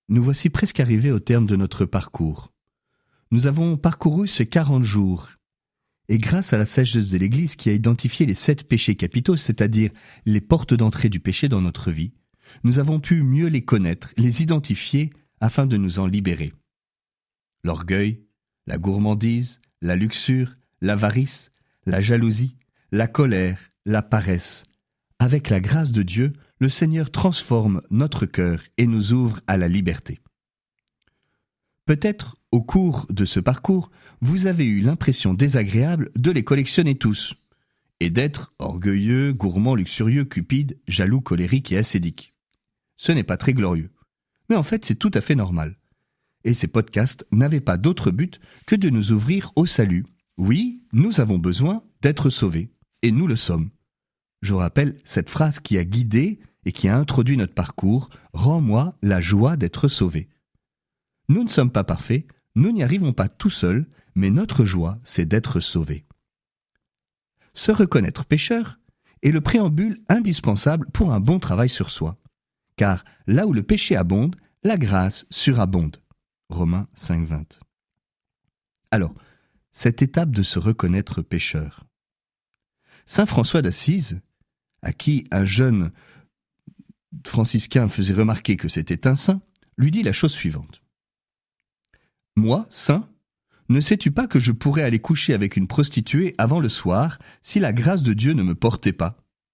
nous voici presque arrivés au terme de notre parcours. Nous avons parcouru ces 40 jours, et grâce à la sagesse de l'Église qui a identifié les 7 péchés capitaux, c'est-à-dire les portes d'entrée du péché dans notre vie, nous avons pu mieux les connaître, les identifier afin de nous en libérer. L'orgueil, la gourmandise, la luxure, l'avarice, la jalousie, la colère, la paresse. Avec la grâce de Dieu, le Seigneur transforme notre cœur et nous ouvre à la liberté. Peut-être, au cours de ce parcours, vous avez eu l'impression désagréable de les collectionner tous, et d'être orgueilleux, gourmand, luxurieux, cupide, jaloux, colérique et ascédique. Ce n'est pas très glorieux, mais en fait c'est tout à fait normal. Et ces podcasts n'avaient pas d'autre but que de nous ouvrir au salut. Oui, nous avons besoin d'être sauvés, et nous le sommes. Je rappelle cette phrase qui a guidé et qui a introduit notre parcours « Rends-moi la joie d'être sauvé ». Nous ne sommes pas parfaits, nous n'y arrivons pas tout seuls, mais notre joie, c'est d'être sauvés. Se reconnaître pécheur est le préambule indispensable pour un bon travail sur soi. Car là où le péché abonde, la grâce surabonde. Romains 5,20. Alors, cette étape de se reconnaître pécheur. Saint François d'Assise, à qui un jeune franciscain faisait remarquer que c'était un saint, lui dit la chose suivante. « Moi, saint, ne sais-tu pas que je pourrais aller coucher avec une prostituée avant le soir si la grâce de Dieu ne me portait pas ?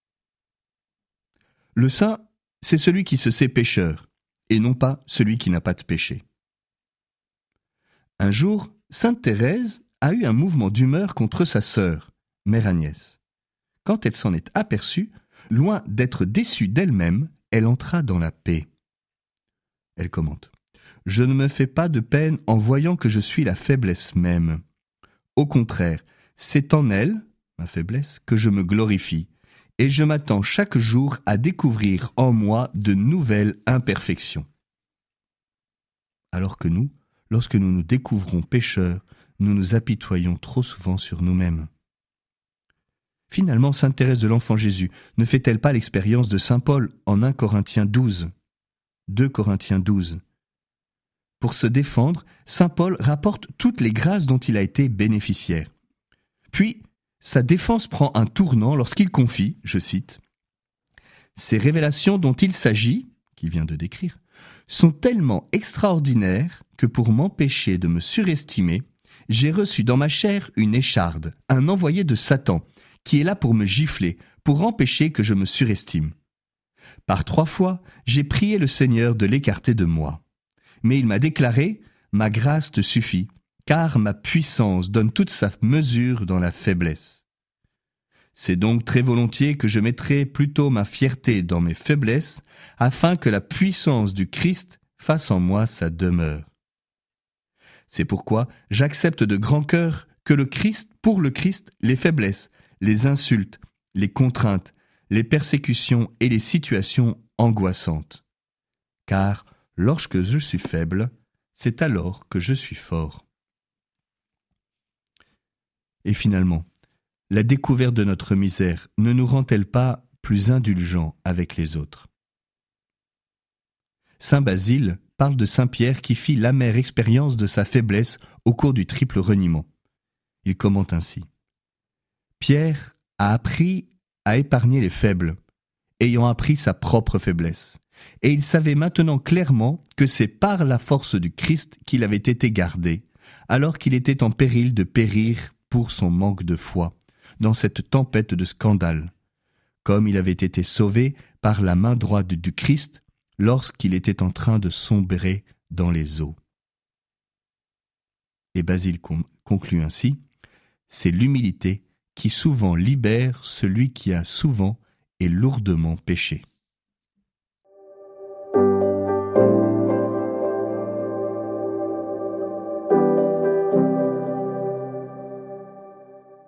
Le saint, c'est celui qui se sait pécheur, et non pas celui qui n'a pas de péché. » Un jour, sainte Thérèse a eu un mouvement d'humeur contre sa sœur, Mère Agnès. Quand elle s'en est aperçue, loin d'être déçue d'elle-même, elle entra dans la paix. Elle commente. « Je ne me fais pas de peine en voyant que je suis la faiblesse même. Au contraire, c'est en elle, ma faiblesse, que je me glorifie, et je m'attends chaque jour à découvrir en moi de nouvelles imperfections. » Alors que nous, lorsque nous nous découvrons pécheurs, nous nous apitoyons trop souvent sur nous-mêmes. Finalement, sainte Thérèse de l'Enfant Jésus ne fait-elle pas l'expérience de saint Paul en 1 Corinthiens 12 ? 2 Corinthiens 12. Pour se défendre, saint Paul rapporte toutes les grâces dont il a été bénéficiaire. Puis, sa défense prend un tournant lorsqu'il confie, je cite, « Ces révélations dont il s'agit, qu'il vient de décrire, sont tellement extraordinaires que pour m'empêcher de me surestimer, j'ai reçu dans ma chair une écharde, un envoyé de Satan, qui est là pour me gifler, pour empêcher que je me surestime. Par 3 fois, j'ai prié le Seigneur de l'écarter de moi. Mais il m'a déclaré « Ma grâce te suffit, car ma puissance donne toute sa mesure dans la faiblesse. » C'est donc très volontiers que je mettrai plutôt ma fierté dans mes faiblesses, afin que la puissance du Christ fasse en moi sa demeure. C'est pourquoi j'accepte de grand cœur que pour le Christ, les faiblesses, les insultes, les contraintes, les persécutions et les situations angoissantes. Car lorsque je suis faible, c'est alors que je suis fort. Et finalement, la découverte de notre misère ne nous rend-elle pas plus indulgents avec les autres ? Saint Basile parle de saint Pierre qui fit l'amère expérience de sa faiblesse au cours du triple reniement. Il commente ainsi. Pierre a appris à épargner les faibles, ayant appris sa propre faiblesse. Et il savait maintenant clairement que c'est par la force du Christ qu'il avait été gardé, alors qu'il était en péril de périr pour son manque de foi, dans cette tempête de scandale, comme il avait été sauvé par la main droite du Christ lorsqu'il était en train de sombrer dans les eaux. Et Basile conclut ainsi, « C'est l'humilité qui souvent libère celui qui a souvent et lourdement péché. »